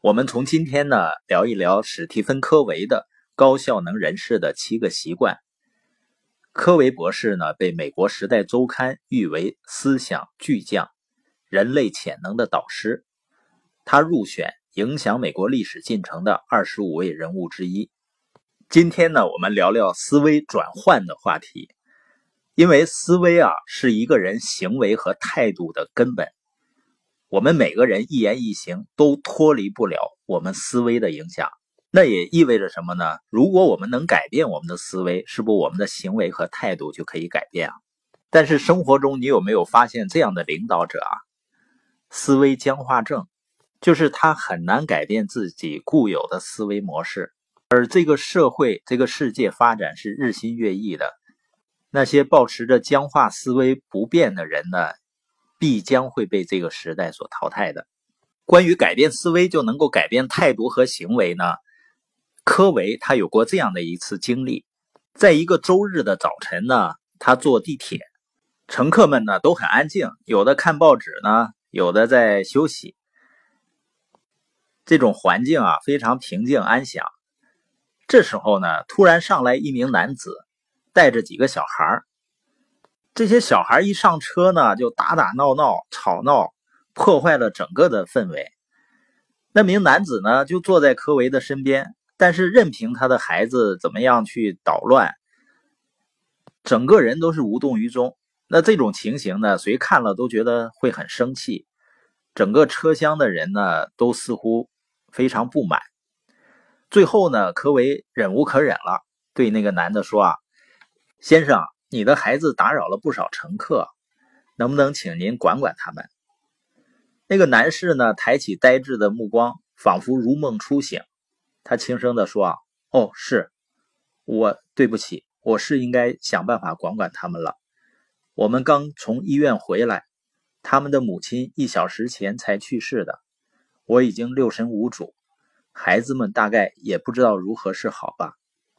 我们从今天呢聊一聊史蒂芬·科维的高效能人士的7个习惯。科维博士呢被美国《时代周刊》誉为思想巨匠、人类潜能的导师，他入选影响美国历史进程的25位人物之一。今天呢我们聊聊思维转换的话题，因为思维是一个人行为和态度的根本。我们每个人一言一行都脱离不了我们思维的影响。那也意味着什么呢？如果我们能改变我们的思维，是不是我们的行为和态度就可以改变啊？但是生活中你有没有发现这样的领导者思维僵化症，就是他很难改变自己固有的思维模式。而这个社会、这个世界发展是日新月异的，那些保持着僵化思维不变的人呢，必将会被这个时代所淘汰的。关于改变思维就能够改变态度和行为呢，科维他有过这样的一次经历。在一个周日的早晨呢，他坐地铁，乘客们呢都很安静，有的看报纸呢，有的在休息。这种环境非常平静安详。这时候呢，突然上来一名男子，带着几个小孩。这些小孩一上车呢，就打打闹闹、吵闹，破坏了整个的氛围。那名男子呢，就坐在科维的身边，但是任凭他的孩子怎么样去捣乱，整个人都是无动于衷。那这种情形呢，谁看了都觉得会很生气。整个车厢的人呢，都似乎非常不满。最后呢，科维忍无可忍了，对那个男的说先生，你的孩子打扰了不少乘客，能不能请您管管他们？那个男士呢，抬起呆滞的目光，仿佛如梦初醒。他轻声地说是，对不起，我是应该想办法管管他们了。我们刚从医院回来，他们的母亲1小时前才去世的，我已经六神无主，孩子们大概也不知道如何是好吧。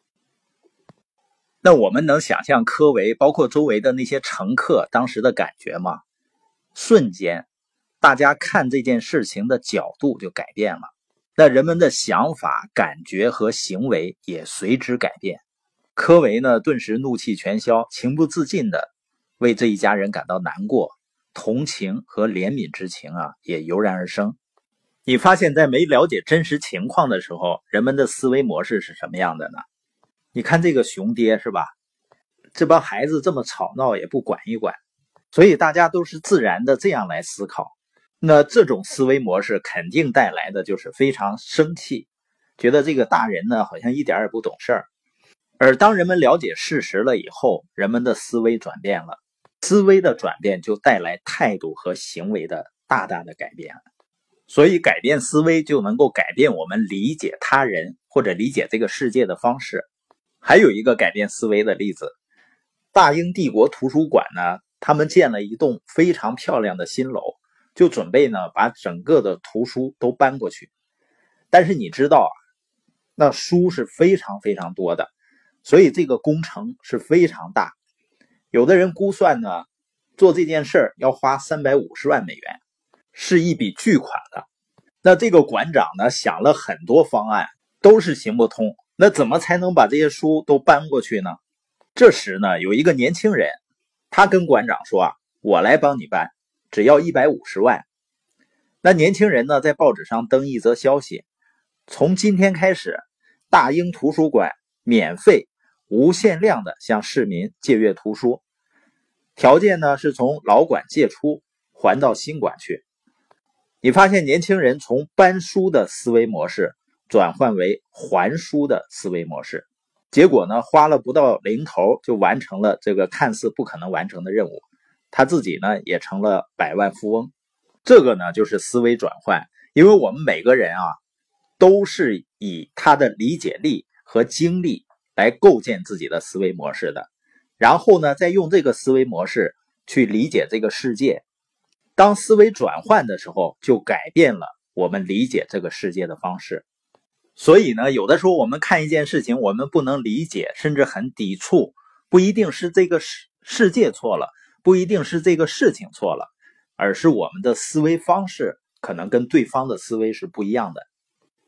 那我们能想象科维包括周围的那些乘客当时的感觉吗？瞬间大家看这件事情的角度就改变了，那人们的想法、感觉和行为也随之改变。科维呢，顿时怒气全消，情不自禁的为这一家人感到难过，同情和怜悯之情也油然而生。你发现在没了解真实情况的时候，人们的思维模式是什么样的呢？你看这个熊爹是吧？这帮孩子这么吵闹也不管一管，所以大家都是自然的这样来思考。那这种思维模式肯定带来的就是非常生气，觉得这个大人呢好像一点也不懂事儿。而当人们了解事实了以后，人们的思维转变了，思维的转变就带来态度和行为的大大的改变了。所以改变思维就能够改变我们理解他人或者理解这个世界的方式。还有一个改变思维的例子，大英帝国图书馆呢，他们建了一栋非常漂亮的新楼，就准备呢把整个的图书都搬过去。但是你知道那书是非常非常多的，所以这个工程是非常大。有的人估算呢，做这件事要花350万美元，是一笔巨款了。那这个馆长呢，想了很多方案，都是行不通。那怎么才能把这些书都搬过去呢？这时呢，有一个年轻人，他跟馆长说我来帮你搬，只要150万。那年轻人呢，在报纸上登一则消息，从今天开始，大英图书馆免费无限量的向市民借阅图书，条件呢是从老馆借出还到新馆去。你发现年轻人从搬书的思维模式转换为还书的思维模式，结果呢，花了不到零头就完成了这个看似不可能完成的任务，他自己呢也成了百万富翁。这个呢就是思维转换，因为我们每个人都是以他的理解力和经历来构建自己的思维模式的，然后呢再用这个思维模式去理解这个世界。当思维转换的时候，就改变了我们理解这个世界的方式。所以呢，有的时候我们看一件事情，我们不能理解，甚至很抵触，不一定是这个世界错了，不一定是这个事情错了，而是我们的思维方式可能跟对方的思维是不一样的。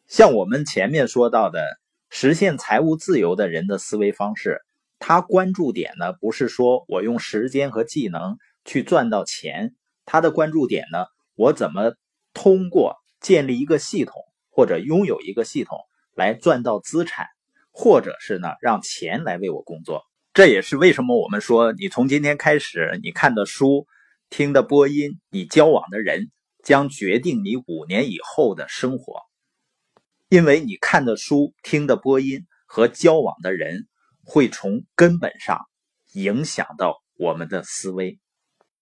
像我们前面说到的，实现财务自由的人的思维方式，他关注点呢，不是说我用时间和技能去赚到钱，他的关注点呢，我怎么通过建立一个系统或者拥有一个系统来赚到资产，或者是呢让钱来为我工作。这也是为什么我们说你从今天开始，你看的书、听的播音、你交往的人将决定你5年以后的生活。因为你看的书、听的播音和交往的人会从根本上影响到我们的思维。